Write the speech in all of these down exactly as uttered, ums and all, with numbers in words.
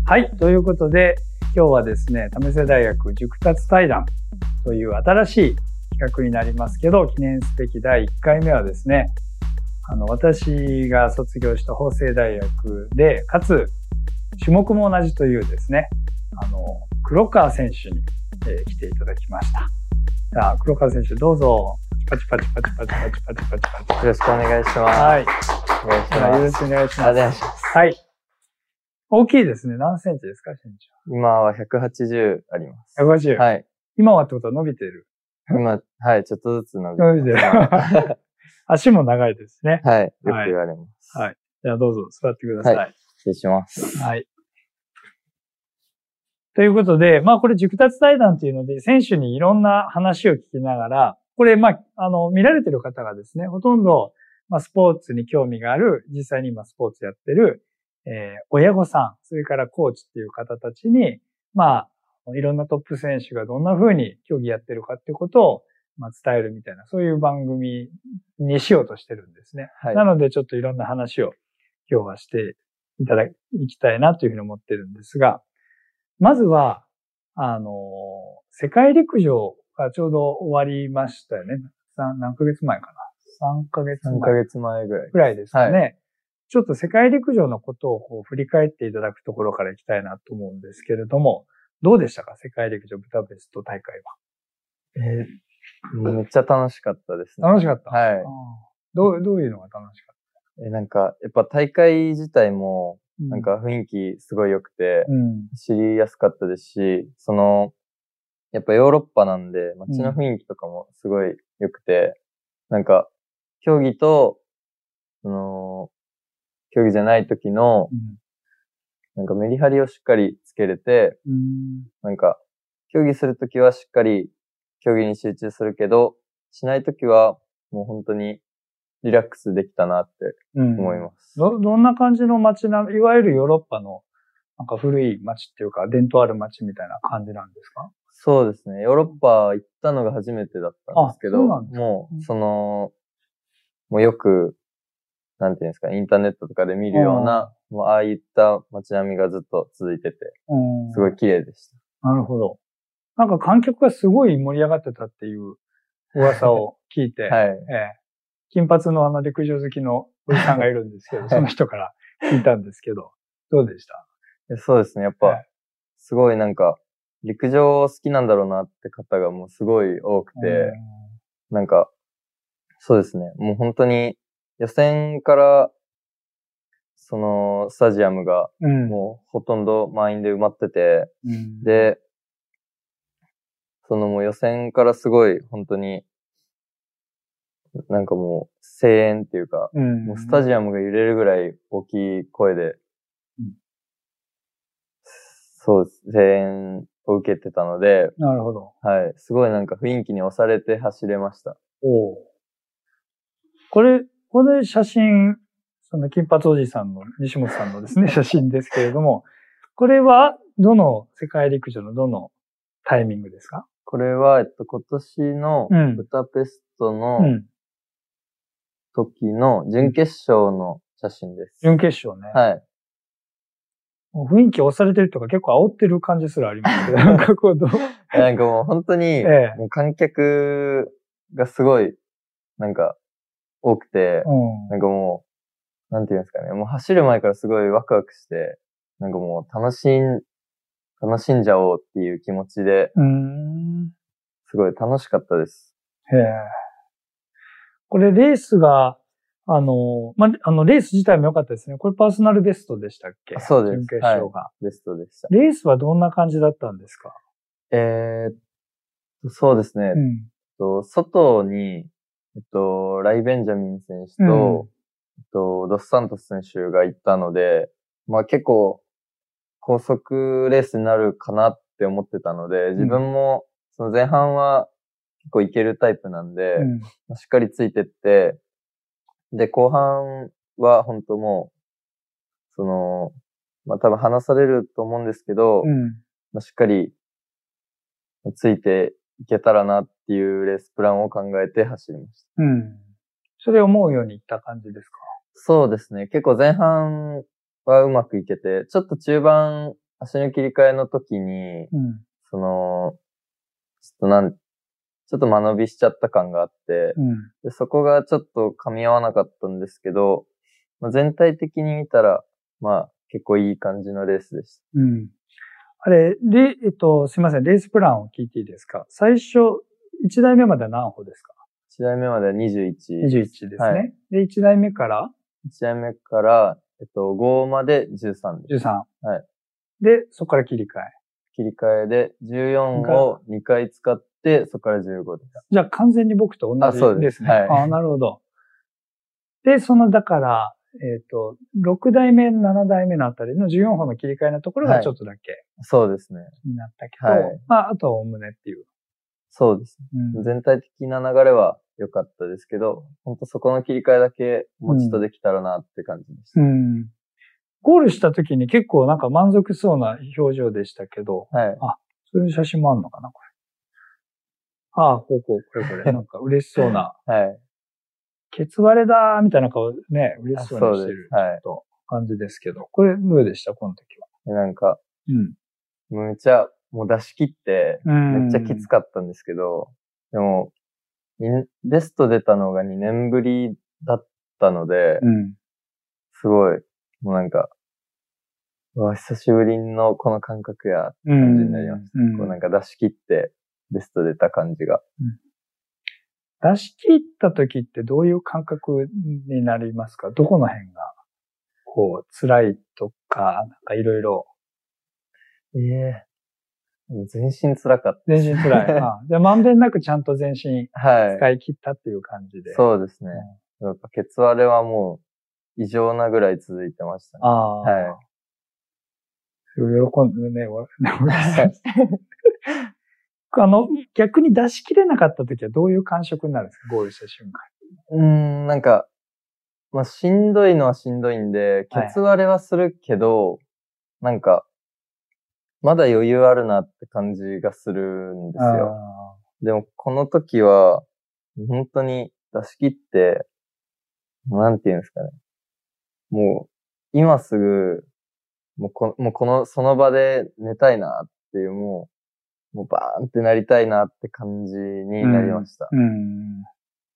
はい。ということで、今日はですね、為末大学熟達対談という新しい企画になりますけど、記念すべきだいいっかいめはですね、あの、私が卒業した法政大学で、かつ、種目も同じというですね、あの、黒川選手に、えー、来ていただきました。じゃあ、黒川選手どうぞ。パチパチパチパチパチパチパチパチ。 よろしくお願いします。 はい。 お願いします。 よろしくお願いします。 お願いします。 はい。大きいですね。何センチですか、身長。 今はひゃくはちじゅうあります。 ひゃくはちじゅう。 はい。 今はってことは伸びている。 今、はい、ちょっとずつ伸びてます。 伸びてる。足も長いですね。 はい。よく言われます。 はい。じゃあどうぞ座ってください。はい。 失礼します。 はい。ということで、まあこれ熟達対談というので、選手にいろんな話を聞きながら、これまあ、あの、見られてる方がですね、ほとんど、まあスポーツに興味がある、実際に今スポーツやってる、えー、親御さん、それからコーチっていう方たちに、まあ、いろんなトップ選手がどんな風に競技やってるかっていうことを、まあ伝えるみたいな、そういう番組にしようとしてるんですね。はい、なのでちょっといろんな話を今日はしていただきたいなというふうに思ってるんですが、まずは、あの、世界陸上がちょうど終わりましたよね。何ヶ月前かな。さんかげつまえ。 さんかげつまえぐらい。 ぐらいですかね。はい、ちょっと世界陸上のことをこう振り返っていただくところからいきたいなと思うんですけれども、どうでしたか、世界陸上ブダペスト大会は。 えー、めっちゃ楽しかったですね。 楽しかった。 はい。 どう、どういうのが楽しかった？ え、なんか、やっぱ大会自体も、なんか雰囲気すごい良くて、うん、知りやすかったですし、その、やっぱヨーロッパなんで、街の雰囲気とかもすごい良くて、うん、なんか、競技と、その、競技じゃない時の、うん、なんかメリハリをしっかりつけれて、うん、なんか、競技するときはしっかり競技に集中するけど、しないときはもう本当にリラックスできたなって思います。 うん、ど、どんな感じの街な、いわゆるヨーロッパのなんか古い街っていうか伝統ある街みたいな感じなんですか？ そうですね。ヨーロッパ行ったのが初めてだったんですけど、もう、その、もうよく、なんていうんですか、インターネットとかで見るような、もうああいった街並みがずっと続いてて、すごい綺麗でした。 なるほど。なんか観客がすごい盛り上がってたっていう噂を聞いて、はい、ええ、金髪のあの陸上好きのおじさんがいるんですけど、その人から聞いたんですけど、どうでした？ そうですね。やっぱ、すごいなんか、陸上好きなんだろうなって方がもうすごい多くて、なんか、そうですね。もう本当に予選から、そのスタジアムがもうほとんど満員で埋まってて、うん、で、そのもう予選からすごい本当に、なんかもう声援っていうか、うん、もうスタジアムが揺れるぐらい大きい声で、うん、そうです。声援を受けてたので、 なるほど。 はい。すごいなんか雰囲気に押されて走れました。 おこれ、これ写真、その金髪おじさんの西本さんのですね、写真ですけれども、これはどの世界陸上のどのタイミングですか？ これは、えっと、今年のブダペストの時の準決勝の写真です。 準決勝ね。 はい。 雰囲気押されてるとか結構煽ってる感じすらありますけど、なんかこうどうなんかもう本当に、ええ、もう観客がすごい、なんか多くて、うん、なんかもう、なんていうんですかね、もう走る前からすごいワクワクして、なんかもう楽しん、楽しんじゃおうっていう気持ちで、うーん、すごい楽しかったです。 へえ。これレースが、あの、ま、あの、レース自体も良かったですね。これパーソナルベストでしたっけ？ そうです。 準決勝が、 はい。ベストでした。 レースはどんな感じだったんですか？ えー、そうですね。うん、と外に、えっと、ライ・ベンジャミン選手と、うん、えっと、ドスサントス選手が行ったので、まあ結構、高速レースになるかなって思ってたので、自分も、その前半は結構いけるタイプなんで、うん、しっかりついてって、で、後半は本当もう、その、まあ多分離されると思うんですけど、うん、まあ、しっかりついていけたらなっていうレースプランを考えて走りました。 うん。それ思うようにいった感じですか？ そうですね。結構前半はうまくいけて、ちょっと中盤足の切り替えの時に、 うん、 その、ちょっとなん、ちょっと間延びしちゃった感があって、 うん、 でそこがちょっと噛み合わなかったんですけど、まあ、全体的に見たら、まあ結構いい感じのレースでした。 うん。あれ、レ、えっと、すいません、レースプランを聞いていいですか？最初、いちだいめまでは何歩ですか？ いち 台目まではにじゅういち。 にじゅういちですね。 はい、 で、いちだいめからいち 台目から、えっと、ごまでじゅうさんです。 じゅうさん。 はい。 で、そこから切り替え。 切り替えで、じゅうよんをにかい使って、そこからじゅうごです。 じゃあ完全に僕と同じですね。 あ、そうです。はい。 ああ、なるほど。で、その、だから、えっと、ろくだいめ、ななだいめのあたりのじゅうよん歩の切り替えのところがちょっとだけ、 はい、そうですね。 になったけど、 はい、 まあ、あとはおおむねっていう。 そうですね、うん。全体的な流れは良かったですけど、本当そこの切り替えだけもうちょっとできたらなって感じでした。 うん。うん、ゴールした時に結構なんか満足そうな表情でしたけど、 はい。 あ、そういう写真もあるのかな、これ。ああ、こうこう、これこれ。なんか嬉しそうな。 はい。 ケツ割れだーみたいな顔ね、嬉しそうにしてる、 はい、 ちょっと感じですけど。これどうでしたこの時は。 なんか、うん。めっちゃ、もう出し切って、めっちゃきつかったんですけど、でも、ベスト出たのがにねんぶりだったので、うん、すごい、もうなんか、うわ、久しぶりのこの感覚や、って感じになりました。うん、こうなんか出し切って、ベスト出た感じが。うん出し切った時ってどういう感覚になりますか？どこの辺が、こう、辛いとか、なんかいろいろ。 ええー、全身辛かった。 全身辛い。ああじゃあ、まんべんなくちゃんと全身使い切ったっていう感じで。 はい、そうですね。うん、やっぱケツ割れはもう異常なぐらい続いてましたね。 ああ。 はい。 喜んでね、あの、逆に出し切れなかった時はどういう感触になるんですか？ゴールした瞬間。 うーん、なんか、まあ、しんどいのはしんどいんで、ケツ割れはするけど、はい、なんか、まだ余裕あるなって感じがするんですよ。でも、この時は、本当に出し切って、なんていうんですかね。もう、今すぐ、もうこもうこの、その場で寝たいなっていう、もう、もうバーンってなりたいなって感じになりました。うんうん、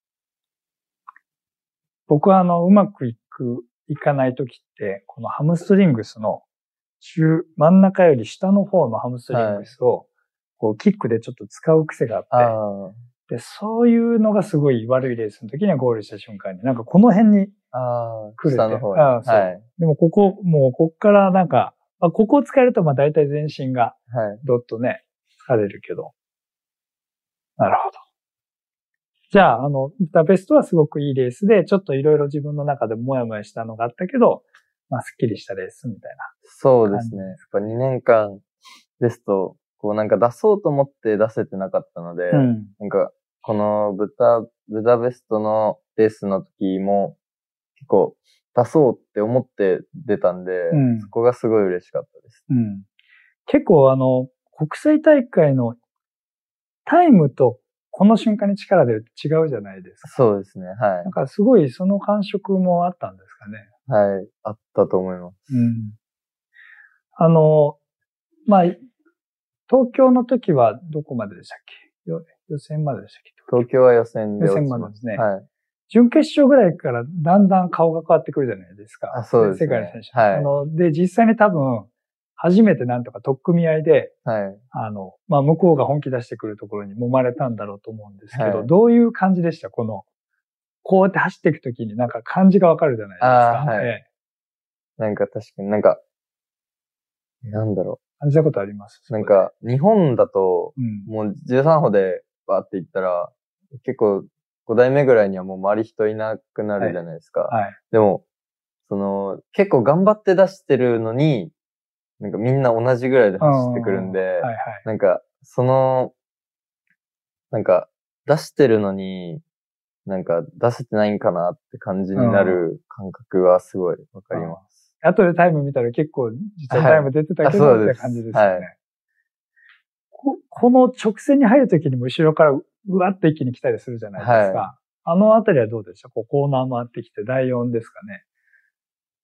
僕はあの、うまくいく、いかないときって、このハムストリングスの中、真ん中より下の方のハムストリングスを、こう、キックでちょっと使う癖があって、はい、で、そういうのがすごい悪いレースの時にはゴールした瞬間に、なんかこの辺に来るって。 下の方に。 あそう、はい。でもここ、もうこっからなんか、まあ、ここを使えるとまあ大体全身が、ドッとね、疲れるけど。なるほど。じゃあ、あの、ブダペストはすごくいいレースで、ちょっといろいろ自分の中でもやもやしたのがあったけど、まあ、すっきりしたレースみたいな。 そうですね。やっぱにねんかんベスト、こうなんか出そうと思って出せてなかったので、うん、なんか、このブダ、ブダペストのレースの時も、結構出そうって思って出たんで、うん、そこがすごい嬉しかったです。 うん、結構あの、国際大会のタイムとこの瞬間に力出るって違うじゃないですか。 そうですね。はい。 なんかすごいその感触もあったんですかね。 はい。あったと思います。 うん。あの、まあ、東京の時はどこまででしたっけ？予選まででしたっけ？ 東京は予選で落ちま予選までですね。 はい。 準決勝ぐらいからだんだん顔が変わってくるじゃないですか。 あ、そうですね。 世界の選手。 はい。 あの、で、実際に多分、初めてなんとか取っ組み合いで、はい。あの、まあ、向こうが本気出してくるところに揉まれたんだろうと思うんですけど、はい、どういう感じでしたこの、こうやって走っていくときになんか感じがわかるじゃないですか。 あはい。ええ、なんか確かになんか、なんだろう。感じたことありますなんか、日本だと、もうじゅうさん歩でバーっていったら、結構ごだいめぐらいにはもう周り人いなくなるじゃないですか。はい。はい、でも、その、結構頑張って出してるのに、なんかみんな同じぐらいで走ってくるんで、はいはい、なんか、その、なんか、出してるのに、なんか出せてないんかなって感じになる感覚はすごいわかります。 後でタイム見たら結構実はタイム出てたけど、はい、って感じですよね。はい、こ, この直線に入るときにも後ろからうわっと一気に来たりするじゃないですか。はい、あのあたりはどうでした？こうコーナー回ってきてだいよんですかね。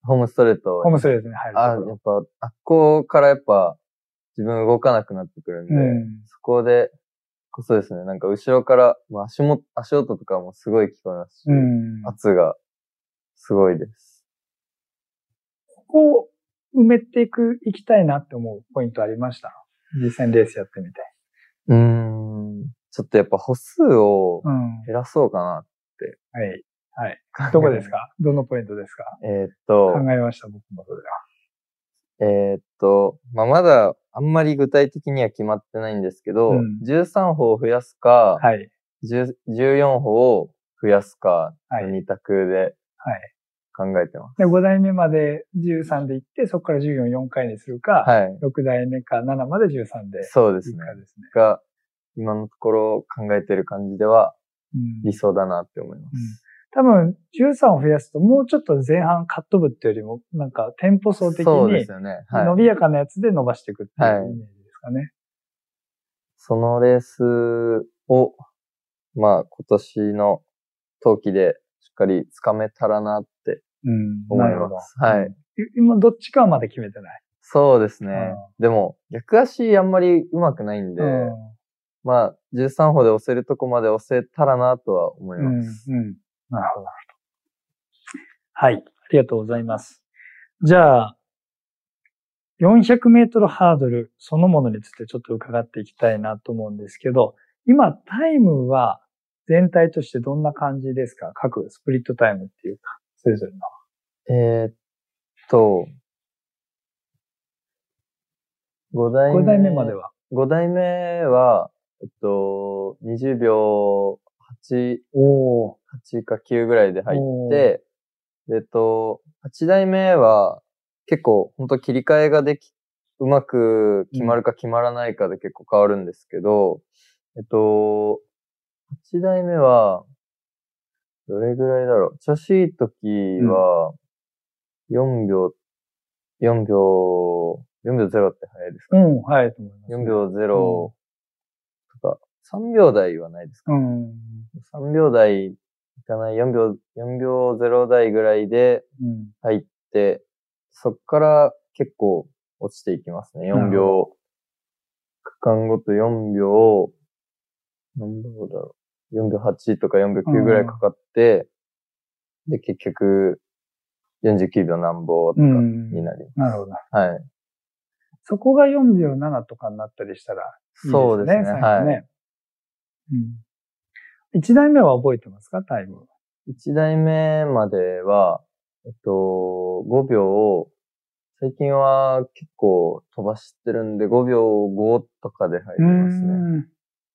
ホームストレート。 ホームストレートに入るところ。 あ、やっぱ、あっこからやっぱ、自分動かなくなってくるんで、うん、そこで、こそですね、なんか後ろから、まあ、足も、足音とかもすごい聞こえますし、うん、圧がすごいです。 ここを埋めていく、いきたいなって思うポイントありました？実際にレースやってみて。 うーん。ちょっとやっぱ歩数を減らそうかなって。 うん、はい。はい。どこですか？どのポイントですか？ えーっと。 考えました、僕もそれは。 えーっと、まあ、まだあんまり具体的には決まってないんですけど、うん、じゅうさん歩を増やすか、はい、じゅうよん歩を増やすか、に択で考えてます。 で、ご代目までじゅうさんで行って、そこからじゅうよん、よんかいにするか、はい、ろく代目かななまでじゅうさんで。 そうですね。ですねが、今のところ考えてる感じでは理想だなって思います。うんうん多分、じゅうさんを増やすと、もうちょっと前半カット部ってよりも、なんか、テンポ層的に、伸びやかなやつで伸ばしていくっていうイメージですかね。はい、 そのレースを、まあ、今年の冬季でしっかりつかめたらなって思います。うん、はい。 今、どっちかまで決めてない？ そうですね。でも、逆足あんまり上手くないんで、まあ、じゅうさん歩で押せるとこまで押せたらなとは思います。 うんうんなるほど。はい。ありがとうございます。じゃあ、よんひゃくメートルハードルそのものについてちょっと伺っていきたいなと思うんですけど、今、タイムは全体としてどんな感じですか？各スプリットタイムっていうか、それぞれの。 えー、っと、ご代目。 ご代目までは。 ご代目は、えっと、にじゅうびょうはち、はちかきゅうぐらいで入って、えっと、はち代目は結構本当切り替えができ、うまく決まるか決まらないかで結構変わるんですけど、うん、えっと、はち代目は、どれぐらいだろう。調子いい時は、よんびょう、よんびょう、よんびょうゼロって早いですか？ うん、早いと思います、 ね。よんびょうゼロとか、さんびょう台はないですか？うん、さんびょう台いかない、よんびょう、よんびょうゼロ台ぐらいで入って、うん、そっから結構落ちていきますね。よんびょう、区間ごとよんびょう、何秒だろう。よんびょうはちとかよんびょうきゅうぐらいかかって、うん、で、結局、よんじゅうきゅうびょう何歩とかになります。 なるほど。 はい。 そこがよんびょうななとかになったりしたらいいですね。 そうですね。はい。 うん、いち代目は覚えてますか？タイム。 いち代目までは、えっと、ごびょうを、最近は結構飛ばしてるんでごびょうごとかで入りますね。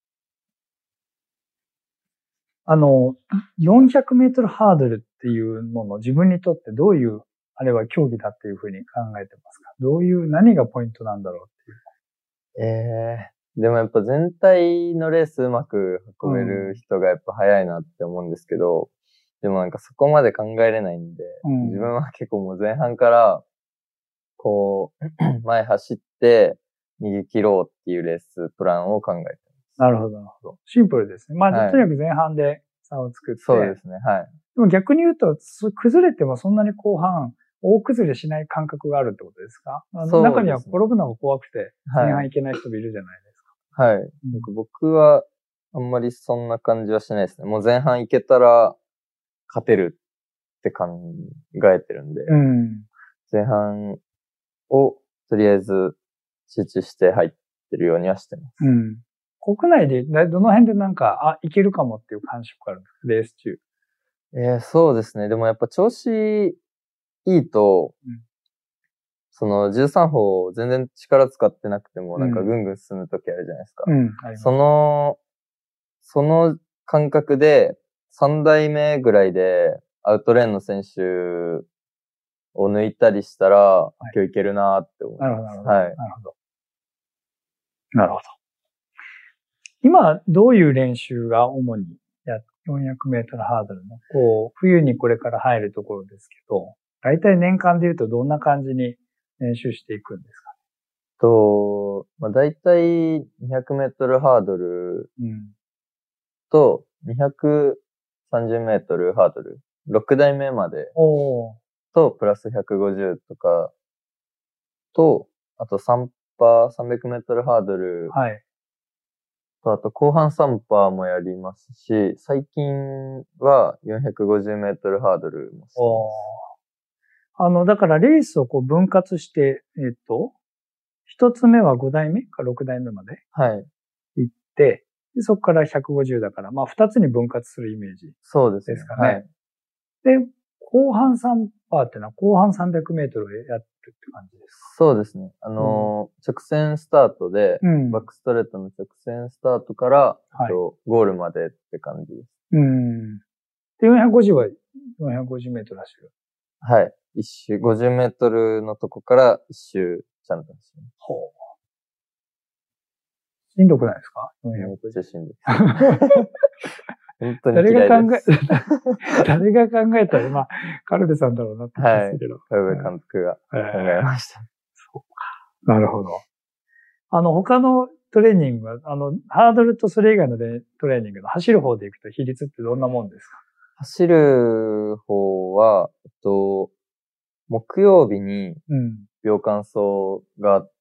あの、よんひゃくメートルハードルっていうもの、自分にとってどういう、あれは競技だっていうふうに考えてますか？どういう、何がポイントなんだろうっていう。 ええー、でもやっぱ全体のレースうまく運べる人がやっぱ早いなって思うんですけど、うん、でもなんかそこまで考えれないんで、うん、自分は結構もう前半から、こう、前走って逃げ切ろうっていうレースプランを考えてます。 なるほど、なるほど。シンプルですね。まあ、はい、とにかく前半で差を作って。 そうですね、はい。 でも逆に言うと、崩れてもそんなに後半、大崩れしない感覚があるってことですか？そうですね、中には転ぶのが怖くて、前半いけない人もいるじゃないですか。はい。はい、うん、僕は、あんまりそんな感じはしないですね。もう前半いけたら、勝てるって考えてるんで、うん、前半をとりあえず集中して入ってるようにはしてます。 うん、国内でどの辺でなんか、あ、いけるかもっていう感触があるんですか？レース中。 えー、そうですね。でもやっぱ調子いいと、うん、そのじゅうさん歩全然力使ってなくてもなんかぐんぐん進むときあるじゃないですか。うん、その、その感覚でさん代目ぐらいでアウトレーンの選手を抜いたりしたら、はい、今日いけるなーって思います。なるほど、なるほど。はい。なるほど。 なるほど。今、どういう練習が主にや、よんひゃくメートルハードルの、こう、冬にこれから入るところですけど、大体年間で言うとどんな感じに練習していくんですか？ と、まあ、大体にひゃくメートルハードルとにひゃくさんじゅうメートルハードル、ろく代目までとと、プラスひゃくごじゅうとかと、あとさんパー、さんびゃくメートルハードル。 はい。 と、あと後半さんパーもやりますし、最近はよんひゃくごじゅうメートルハードルもしてます。あの、だからレースをこう分割して、えっと、一つ目はごだいめかろくだいめまで。 はい。 行って、でそこからひゃくごじゅうだから、まあ二つに分割するイメージ。 そうですね。 ですかね。 はい。 で、後半さんパーっていうのは後半さんびゃくメートルでやってるって感じですか？ そうですね。あのー、直線スタートで、うん、バックストレートの直線スタートから、はい、ゴールまでって感じです。 うん。で、よんひゃくごじゅうはよんひゃくごじゅうメートル走る。 はい。一周、ごじゅうメートルのとこから一周ちゃんと走る。 ほう。しんどくないですか？ めっちゃしんどい。本当に嫌いです。 誰が考え、誰が考えたら、まあ、カルベさんだろうなって気がするけど。 はい、カルベ監督が考えました。 そうか。なるほど。あの、他のトレーニングは、あの、ハードルとそれ以外のトレーニングの走る方でいくと比率ってどんなもんですか？ 走る方は、えっと、木曜日に秒間走があって、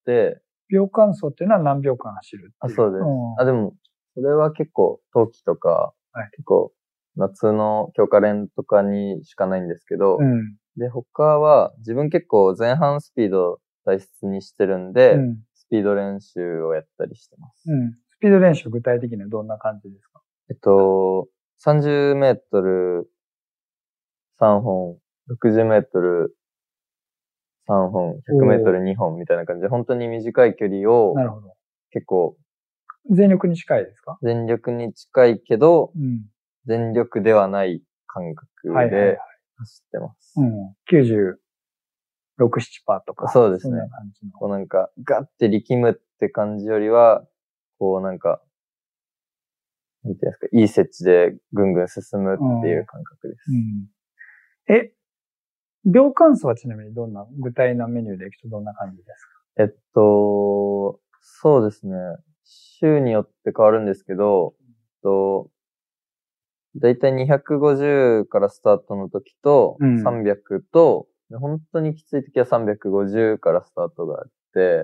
うん、秒間走っていうのは何秒間走るっていう？ あ、そうです。うん、あ、でも、それは結構、冬季とか、はい、結構、夏の強化練とかにしかないんですけど、うん、で、他は自分結構前半スピード大切にしてるんで、うん、スピード練習をやったりしてます。 うん。スピード練習具体的にはどんな感じですか？ えっと、さんじゅうメートルさんほん、ろくじゅうメートルさんほん、ひゃくメートルにほんみたいな感じで、本当に短い距離を、なるほど。結構、 全力に近いですか？ 全力に近いけど、うん、全力ではない感覚で走ってます。 はいはいはい、うん、きゅうじゅうろく、ななパーセント とか。 そうですね。そんな感じの。こうなんか、ガッて力むって感じよりは、こうなんか、なんていうんですか、いい設置でぐんぐん進むっていう感覚です。 うんうん、え、秒間走はちなみにどんな、具体なメニューでいくとどんな感じですか？えっと、そうですね。週によって変わるんですけど、えっと、だいたいにひゃくごじゅうからスタートの時と、さんびゃくと、うん、本当にきつい時はさんびゃくごじゅうからスタートがあって、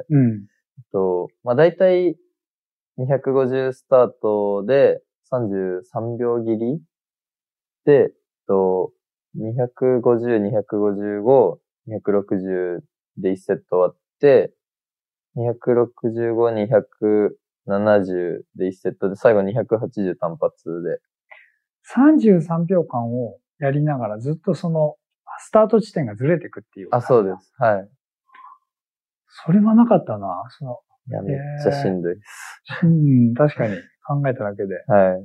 うん、えっと、まあ、だいたいにひゃくごじゅうスタートでさんじゅうさんびょう切りで、えっと、にひゃくごじゅう、にひゃくごじゅうご、にひゃくろくじゅうでいちセット終わって、にひゃくろくじゅうご、にひゃくななじゅうでいちセットで、最後にひゃくはちじゅう単発で。 さんじゅうさんびょうかんをやりながらずっとその、スタート地点がずれていくっていう。 あ、そうです。はい。 それはなかったな。そのいや、めっちゃしんどいです。 うん、確かに考えただけで。 はい。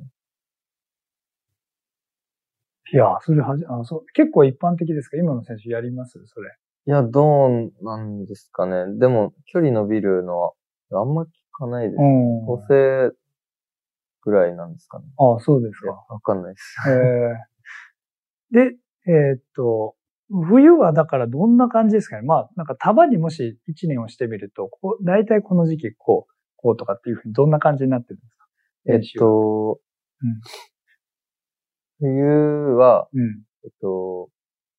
いや、それはじ、あ、そう、結構一般的ですか？今の選手やりますそれ。 いや、どうなんですかね。でも、距離伸びるのは、あんま聞かないです。補正ぐらいなんですかね。 ああ、そうですか。 わかんないです。 えー、で、えー、っと、冬はだからどんな感じですかね。まあ、なんか束にもし一年をしてみると、こう、大体この時期こう、こうとかっていうふうにどんな感じになってるんですか？ えっと、うん、冬は、うん、えっと、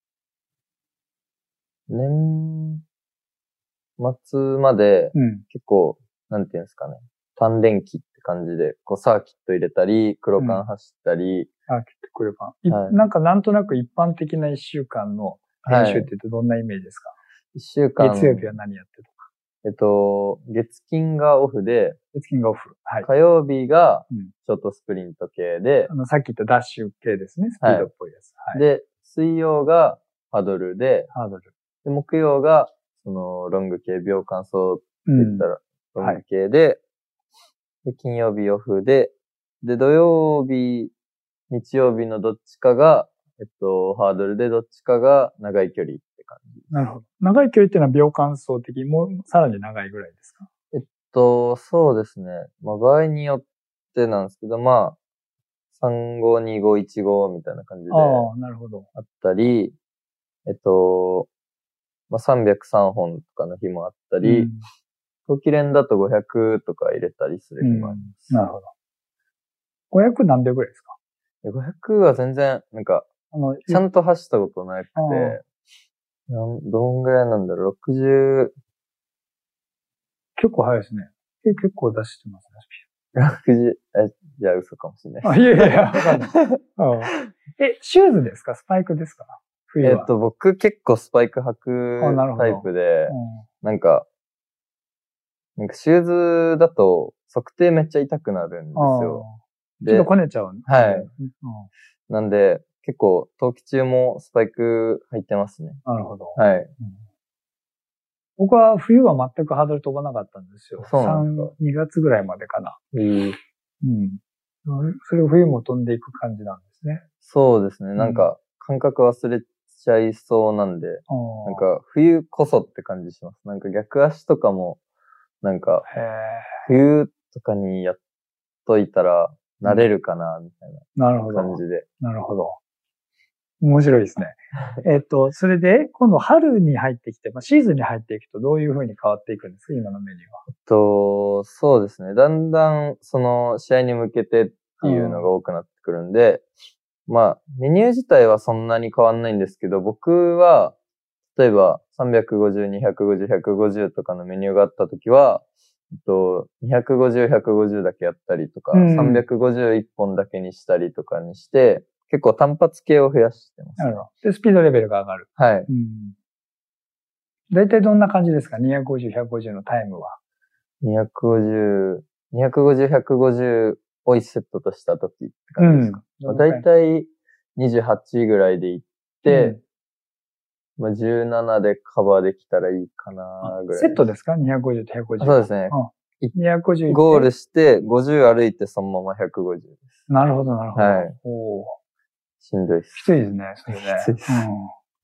年末まで、結構、うん、なんていうんですかね、単連期って感じで、こうサーキット入れたり、黒缶走ったり。うん、 サーキット、黒缶。はい、なんかなんとなく一般的な一週間の練習って言うとどんなイメージですか？はい、 一週間。 月曜日は何やってるとか。 えっと、月金がオフで、 月金がオフ。はい。 火曜日が、ショートスプリント系で、 うん、あの、さっき言ったダッシュ系ですね。スピードっぽいやつ。 はい。で、水曜がハードルで、 ハードル。 で、木曜が、その、ロング系、秒間走って言ったら、ロング系で、うんはい、で、金曜日オフで、で、土曜日、日曜日のどっちかが、えっと、ハードルでどっちかが長い距離って感じ。 なるほど。長い距離っていうのは秒間走的、もうさらに長いぐらいですか？ えっと、そうですね。まあ、場合によってなんですけど、まあ、さんご、にご、いちごみたいな感じで。 ああ、なるほど。 あったり、えっと、まあ、さんびゃくさんほんとかの日もあったり、冬季練だとごひゃくとか入れたりする日もあります。 うん、なるほど。ごひゃく何秒ぐらいですか？ ごひゃくは全然、なんか、あのちゃんと走ったことなくて、 なんどんぐらいなんだろう、ろくじゅう。 結構早いですね。結構出してますね、 ろくじゅう、え、じゃあ嘘かもしれない。 あ、いやいやいや、わかんない。え、シューズですかスパイクですか冬は。 えっと、僕結構スパイク履くタイプで、うん、なんか、なんかシューズだと測定めっちゃ痛くなるんですよ。 ちょっとこねちゃう、ね、 はい。うん、なんで、結構、冬季中もスパイク履いてますね。 なるほど。 はい。うん、 僕は冬は全くハードル飛ばなかったんですよ。 そうなんですか。 にがつぐらいまでかな。 へー、 うん。それを冬も飛んでいく感じなんですね。 そうですね。なんか、感覚忘れちゃいそうなんで、うん、なんか、冬こそって感じします。なんか逆足とかも、なんか、冬とかにやっといたら、慣れるかな、みたいな感じで。 なるほど。面白いですね。えっと、それで、今度春に入ってきて、まあ、シーズンに入っていくとどういう風に変わっていくんですか今のメニューは。 えっと、そうですね。だんだん、その、試合に向けてっていうのが多くなってくるんで、うん、まあ、メニュー自体はそんなに変わんないんですけど、僕は、例えば、さんびゃくごじゅう、にひゃくごじゅう、ひゃくごじゅうとかのメニューがあったときは、えっと、にひゃくごじゅう、ひゃくごじゅうだけやったりとか、うん、さんびゃくごじゅういっぽんだけにしたりとかにして、結構単発系を増やしてます、ね。 なるほど。で、スピードレベルが上がる。 はい。 うん。だいたいどんな感じですか ?にひゃくごじゅう、ひゃくごじゅうのタイムは。 にひゃくごじゅう、にひゃくごじゅう、ひゃくごじゅうをいちセットとしたときって感じですか、うん、だいたいにじゅうはちぐらいでいって、うん、まあ、じゅうななでカバーできたらいいかなぐらい。 セットですか ?にひゃくごじゅうとひゃくごじゅう。 そうですね。 うん、にひゃくごじゅうゴールして、ごじゅう歩いてそのままひゃくごじゅうです。 なるほど、なるほど。 はい。 おしんどいです。 きついですね、それね。 きついです。うん、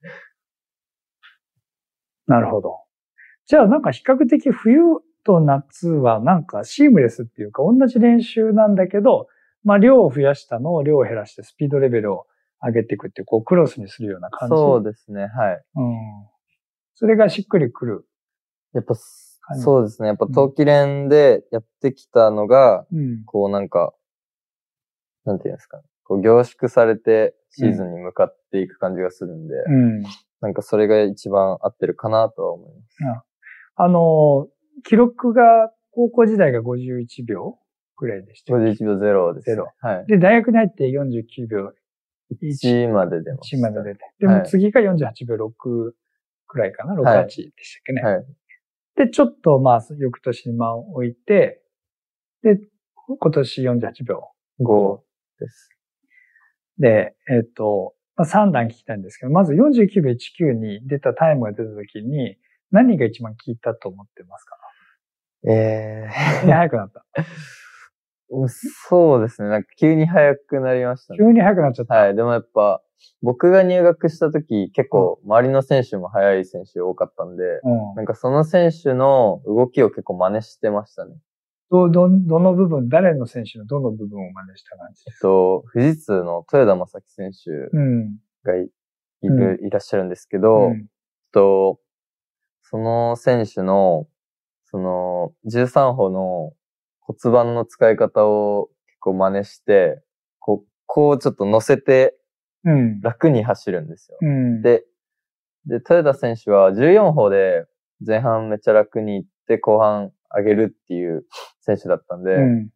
なるほど。じゃあなんか比較的冬と夏はなんかシームレスっていうか同じ練習なんだけど、まあ量を増やしたのを量を減らしてスピードレベルを上げていくっていう、こうクロスにするような感じ。 そうですね、はい。 うん。それがしっくりくる。 やっぱ、そうですね。やっぱ冬季練でやってきたのが、うん、こうなんか、なんていうんですかね。こう凝縮されてシーズンに向かっていく感じがするんで、うん、なんかそれが一番合ってるかなとは思います。 うんあの、記録が、高校時代がごじゅういちびょうくらいでした。 ごじゅういちびょうゼロです、ね。 ゼロ。 はい。 で、大学に入ってよんじゅうきゅうびょういちまで出ました。 いちまで出て。でも次がよんじゅうはちびょうろくくらいかな、ろく、はちでしたっけね。はい。で、ちょっとまあ、翌年に間を置いて、で、今年よんじゅうはちびょうごです。 で、えっと、まあ、さんだん聞きたいんですけど、まずよんじゅうきゅうびょういちきゅうに出たタイムが出た時に、何が一番効いたと思ってますか？ ええー。 急に速くなった。 そうですね。なんか急に速くなりましたね。 急に速くなっちゃった。 はい。でもやっぱ、僕が入学した時、結構周りの選手も速い選手多かったんで、うん、なんかその選手の動きを結構真似してましたね。 ど、ど、どの部分、誰の選手のどの部分を真似した感じですか？ えっと、富士通の豊田正樹選手が い,、うん、いる、いらっしゃるんですけど、うん、えっと、その選手の、その、じゅうさんほの骨盤の使い方を結構真似して、こう、こうちょっと乗せて、楽に走るんですよ、うん。で、で、豊田選手はじゅうよんほで前半めっちゃ楽に行って後半上げるっていう選手だったんで、うん、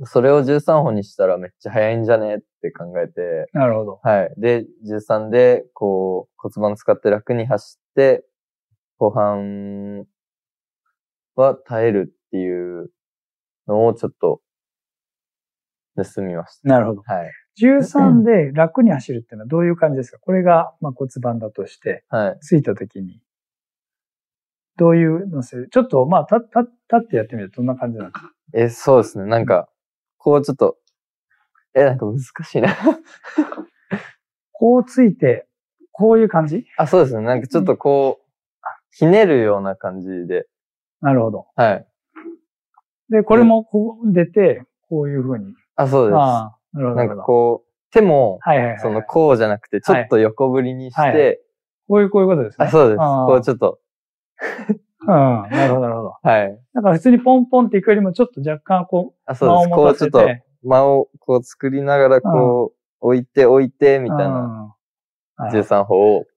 それをじゅうさんほにしたらめっちゃ速いんじゃねって考えて、 なるほど。 はい。で、じゅうさんでこう骨盤使って楽に走って、後半は耐えるっていうのをちょっと盗みました。 なるほど。 はい。 じゅうさんで楽に走るっていうのはどういう感じですか？これがまあ骨盤だとして、ついたときに、どういうのせ、ちょっとまあた、た、立ってやってみるとどんな感じなんですか？ え、そうですね。なんか、こうちょっと、え、なんか難しいな。 こうついて、こういう感じ？ あ、そうですね。なんかちょっとこう、ひねるような感じで。 なるほど。 はい。 で、これもこう出て、こういう風に。 あ、そうです。 ああ、なるほど。 なんかこう、手も、 はいはいはいはい、 そのこうじゃなくて、ちょっと横振りにして、はいはいはい、 こういう、こういうことですね。 あ、そうです。こうちょっと。 うん、なるほど、なるほど。 はい。 なんか普通にポンポンっていくよりもちょっと若干こう、 あ、そうです。こうちょっと間をこう作りながらこう、置いて置いてみたいな、じゅうさんほを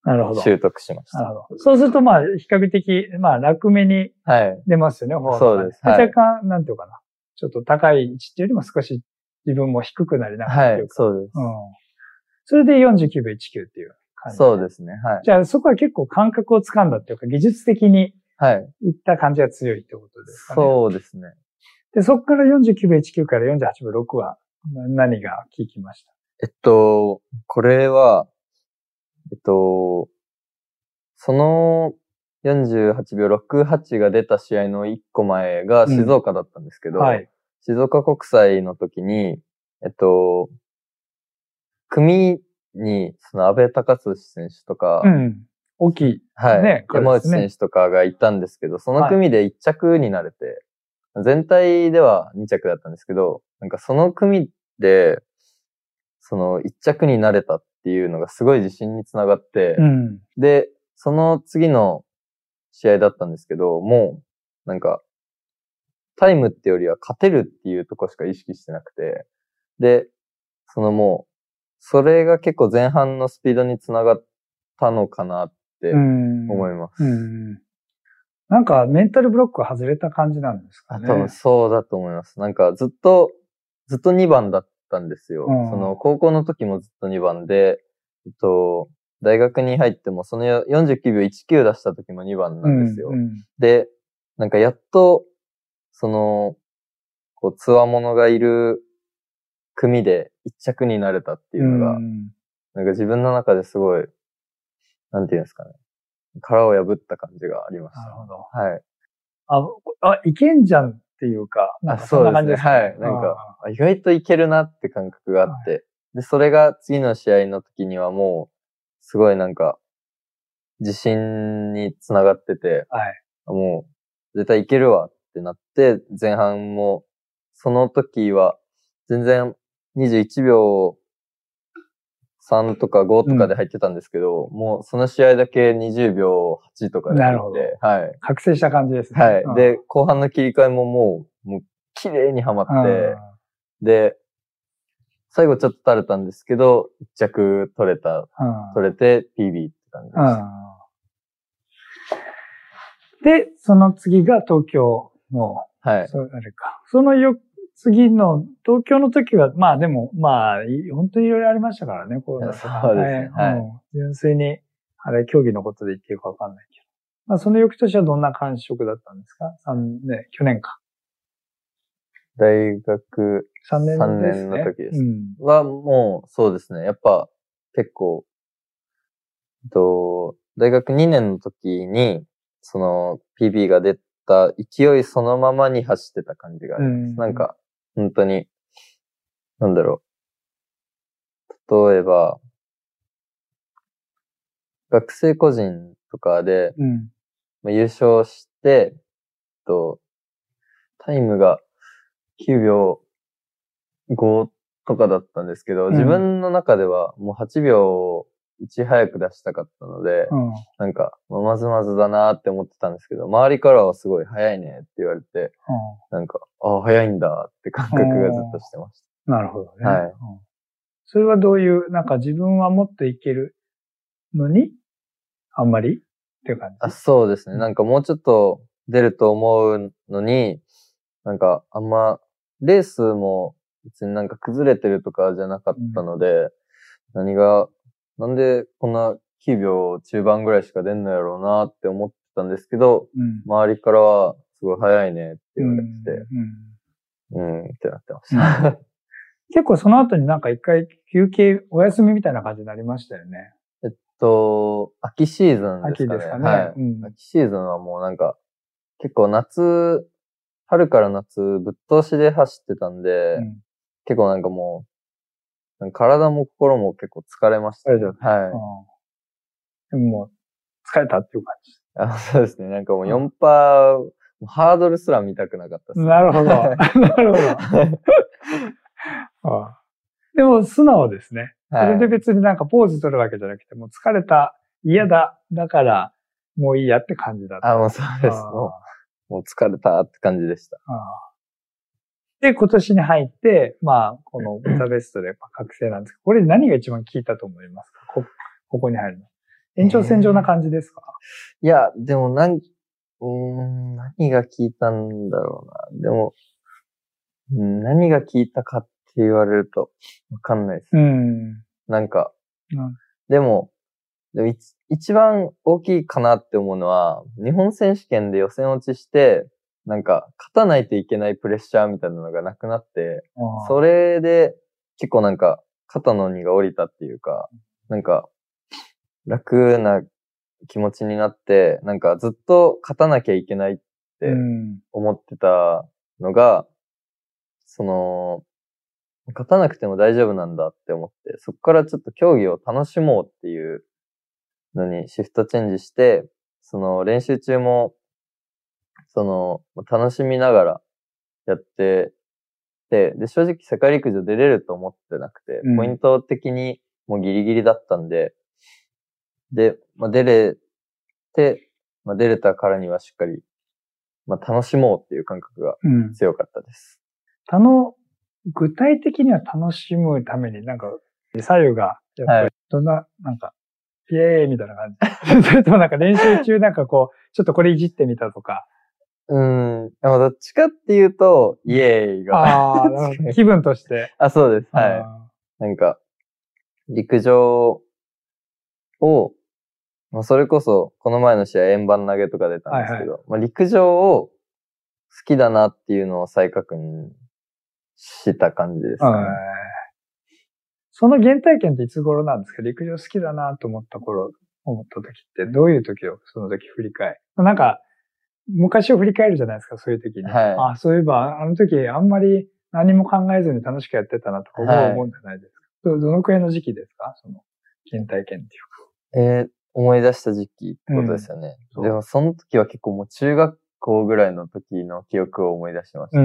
なるほど。 習得しました。 なるほど。そうすると、まあ、比較的、まあ、楽めに出ますよね、 はい、そうです。 はい、若干、なんていうかな。ちょっと高い位置っていうよりも少し自分も低くなりながらっていうか。 はい、そうです。 うん。それでよんじゅうきゅうびょういちきゅうっていう感じ、ね。 そうですね。はい。 じゃあ、そこは結構感覚をつかんだっていうか、技術的に、はい。いった感じが強いってことですかね。 そうですね。 で、そこからよんじゅうきゅうびょういちきゅうからよんじゅうはちびょうろくは何が効きました？ えっと、これは、えっと、そのよんじゅうはちびょうろくはちが出た試合のいっこまえが静岡だったんですけど、うんはい、静岡国際の時に、えっと、組に、その安倍隆寿選手とか、 うん、大きい、 はい、ね、山内選手とかがいたんですけど、その組でいっ着になれて、はい、全体ではに着だったんですけど、なんかその組で、そのいっ着になれたっていうのがすごい自信につながって、うん、で、その次の試合だったんですけど、もう、なんか、タイムってよりは勝てるっていうとこしか意識してなくて、で、そのもう、それが結構前半のスピードにつながったのかなって思います。 うんうん、なんかメンタルブロックが外れた感じなんですかね。 多分そうだと思います。なんかずっと、ずっとにばんだったんですよ。うん、その高校の時もずっとにばんで、えっと、大学に入ってもそのよんじゅうきゅうびょういちきゅう出した時もにばんなんですよ。うんうん、で、なんかやっと、その、こう、つわものがいる組で一着になれたっていうのが、うん、なんか自分の中ですごい、なんていうんですかね。殻を破った感じがありました。 なるほど。 はい。 あ、あ、いけんじゃんっていうか、なんかそんな感じですね。 はい。なんか、意外といけるなって感覚があって、はい、で、それが次の試合の時にはもう、すごいなんか、自信につながってて、はい、もう、絶対いけるわってなって、前半も、その時は、全然にじゅういちびょうさんとかごとかで入ってたんですけど、うん、もうその試合だけにじゅうびょうはちとかで入って、はい。 覚醒した感じですね。 はい。うん、で、後半の切り替えももう、もう綺麗にはまって、で、最後ちょっと垂れたんですけど、一着取れた、取れて ピービー って感じでした。 で、その次が東京の、はい。それか。そのよ、次の、東京の時は、まあでも、まあ、本当にいろいろありましたからね、コロナとか。 そうですね。はい。うん、 純粋に、あれ、競技のことで言ってるかわかんないけど。まあ、その翌年はどんな感触だったんですか？三年、去年か。 大学さんねんの時です。うん、は、もう、そうですね。やっぱ、結構、と、大学にねんの時に、その、ピービー が出た勢いそのままに走ってた感じがあります。うん、なんか、本当に、なんだろう。例えば、学生個人とかで、うん、まあ、優勝して、と、タイムがきゅうびょうごとかだったんですけど、うん、自分の中ではもうはちびょういち早く出したかったので、うん、なんか、まずまずだなって思ってたんですけど、周りからはすごい早いねって言われて、うん、なんか、ああ、早いんだって感覚がずっとしてました。 なるほどね。 はい、 うん。それはどういう、なんか自分はもっといけるのに、あんまりっていう感じ？ あ、そうですね。なんかもうちょっと出ると思うのに、なんかあんま、レースも別になんか崩れてるとかじゃなかったので、うん、何が、なんでこんなきゅうびょう中盤ぐらいしか出んのやろうなって思ってたんですけど、うん、周りからはすごい早いねって言われてて、うん、うん、うんってなってました。 結構その後になんか一回休憩、お休みみたいな感じになりましたよね。 えっと、秋シーズンですかね。秋ですかね。はい、うん。秋シーズンはもうなんか、結構夏、春から夏ぶっ通しで走ってたんで、うん、結構なんかもう、体も心も結構疲れました、ね。はい。 でももう、疲れたっていう感じ。 あ、そうですね。なんかもうよんパー、うん、ハードルすら見たくなかったです、ね。 なるほど。なるほど。ああ、でも素直ですね。それで別になんかポーズ取るわけじゃなくて、もう疲れた、嫌だ、だから、もういいやって感じだった。 あ、もうそうです。もう、もう疲れたって感じでした。ああ、 で、今年に入って、まあ、このブダペストで覚醒なんですけど、これ何が一番効いたと思いますか？こ、ここに入るの。 延長線上な感じですか？ いや、でもなん、うーん、何が効いたんだろうな。でも、うん、何が効いたかって言われるとわかんないです。 うん。 なんか、 うん、 でも、でも一一番大きいかなって思うのは、日本選手権で予選落ちして、なんか、勝たないといけないプレッシャーみたいなのがなくなって、それで結構なんか、肩の荷が下りたっていうか、なんか、楽な気持ちになって、なんかずっと勝たなきゃいけないって思ってたのが、うん、その、勝たなくても大丈夫なんだって思って、そこからちょっと競技を楽しもうっていうのにシフトチェンジして、その練習中も、その、楽しみながらやってて、で、正直世界陸上出れると思ってなくて、ポイント的にもうギリギリだったんで、で、まあ、出れて、まあ、出れたからにはしっかり、まあ、楽しもうっていう感覚が強かったです。 うん、あの、具体的には楽しむために、なんか、左右が、やっぱり、どんな、はい、なんか、イエーイみたいな感じ。それともなんか練習中なんかこう、ちょっとこれいじってみたとか。 うーん。どっちかっていうと、イエーイが。 ああ、気分として。 あ、そうです。はい。なんか、陸上を、まあ、それこそ、この前の試合円盤投げとか出たんですけど、はいはい、まあ、陸上を好きだなっていうのを再確認した感じですかね。 その原体験っていつ頃なんですか？陸上好きだなと思った頃、思った時ってどういう時をその時振り返る？なんか、昔を振り返るじゃないですか、そういう時に。はい、あ、そういえば、あの時あんまり何も考えずに楽しくやってたなとか思うんじゃないですか。はい、どのくらいの時期ですか？その原体験っていうか。えー、思い出した時期ってことですよね。うん、でもその時は結構もう中学校ぐらいの時の記憶を思い出してました。うん、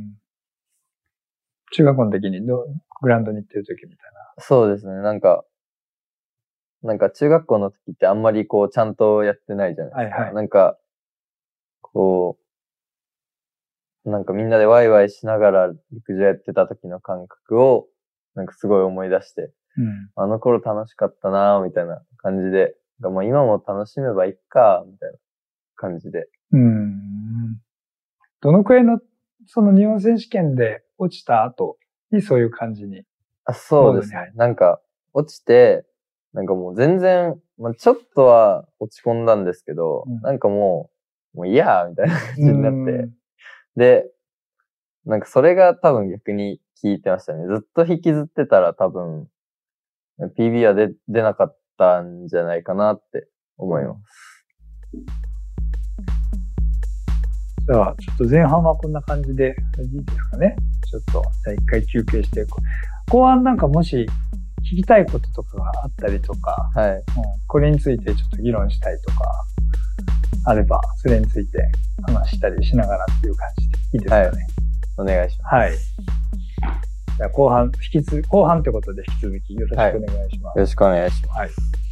中学校の時にどグラウンドに行ってる時みたいな。 そうですね。なんか、なんか中学校の時ってあんまりこうちゃんとやってないじゃないですか。はいはい、なんか、こう、なんかみんなでワイワイしながら陸上やってた時の感覚を、なんかすごい思い出して、うん、あの頃楽しかったなぁ、みたいな感じで、もう今も楽しめばいいか、みたいな感じで。 うん。どのくらいの、その日本選手権で落ちた後にそういう感じに。 あ、そうですね。なんか、落ちて、なんかもう全然、まあ、ちょっとは落ち込んだんですけど、うん、なんかもう、もういいや、みたいな感じになって。で、なんかそれが多分逆に効いてましたね。ずっと引きずってたら多分、ピービー は出、出なかったんじゃないかなって思います。 じゃあ、ちょっと前半はこんな感じでいいですかね。ちょっと、じゃあ一回休憩して、後半なんかもし聞きたいこととかがあったりとか、はい、うん、これについてちょっと議論したいとか、あれば、それについて話したりしながらっていう感じでいいですかね。はい、 お願いします。 はい。じゃあ後半、引きつ、後半ということで引き続きよろしくお願いします。 はい、よろしくお願いします。 はい。